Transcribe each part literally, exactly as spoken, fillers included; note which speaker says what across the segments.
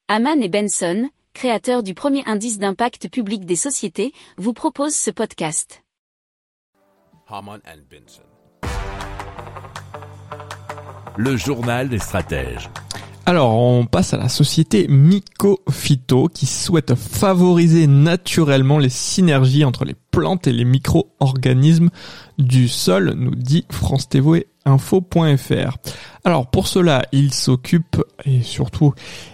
Speaker 1: Hamann et Benson, créateurs du premier indice d'impact public des sociétés, vous proposent ce podcast.
Speaker 2: Hamann and Benson. Le journal des stratèges.
Speaker 3: Alors, on passe à la société Mycophyto qui souhaite favoriser naturellement les synergies entre les plantes et les micro-organismes du sol, nous dit France T V Info point F R. Alors, pour cela, il s'occupe et surtout,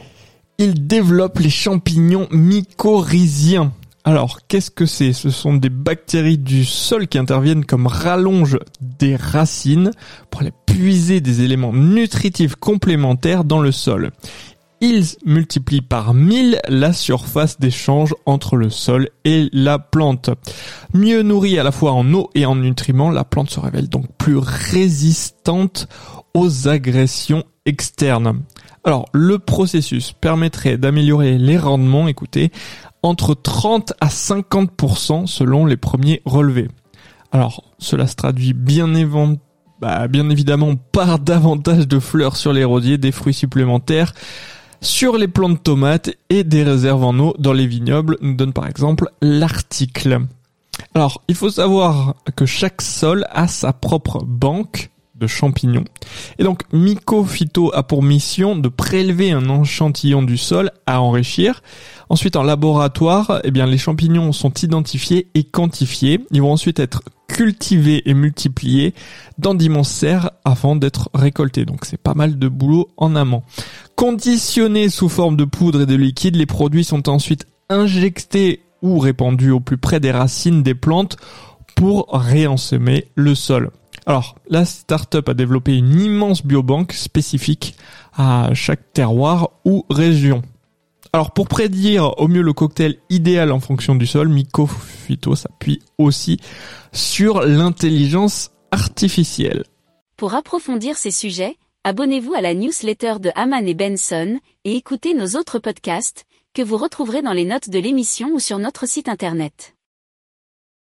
Speaker 3: il développe les champignons mycorhiziens. Alors, qu'est-ce que c'est ? Ce sont des bactéries du sol qui interviennent comme rallonge des racines pour aller puiser des éléments nutritifs complémentaires dans le sol. Ils multiplient par mille la surface d'échange entre le sol et la plante. Mieux nourrie à la fois en eau et en nutriments, la plante se révèle donc plus résistante aux agressions externes. Alors, le processus permettrait d'améliorer les rendements, écoutez, entre trente à cinquante pour cent selon les premiers relevés. Alors, cela se traduit bien, évan- bah, bien évidemment par davantage de fleurs sur les rosiers, des fruits supplémentaires sur les plants de tomates et des réserves en eau dans les vignobles, nous donne par exemple l'article. Alors, il faut savoir que chaque sol a sa propre banque de champignons. Et donc, Mycophyto a pour mission de prélever un échantillon du sol à enrichir. Ensuite, en laboratoire, eh bien, les champignons sont identifiés et quantifiés. Ils vont ensuite être cultivés et multipliés dans d'immenses serres avant d'être récoltés. Donc, c'est pas mal de boulot en amont. Conditionnés sous forme de poudre et de liquide, les produits sont ensuite injectés ou répandus au plus près des racines des plantes pour réensemer le sol. Alors, la start-up a développé une immense biobanque spécifique à chaque terroir ou région. Alors, pour prédire au mieux le cocktail idéal en fonction du sol, Mycophyto s'appuie aussi sur l'intelligence artificielle.
Speaker 1: Pour approfondir ces sujets, abonnez-vous à la newsletter de Hamann et Benson et écoutez nos autres podcasts que vous retrouverez dans les notes de l'émission ou sur notre site internet.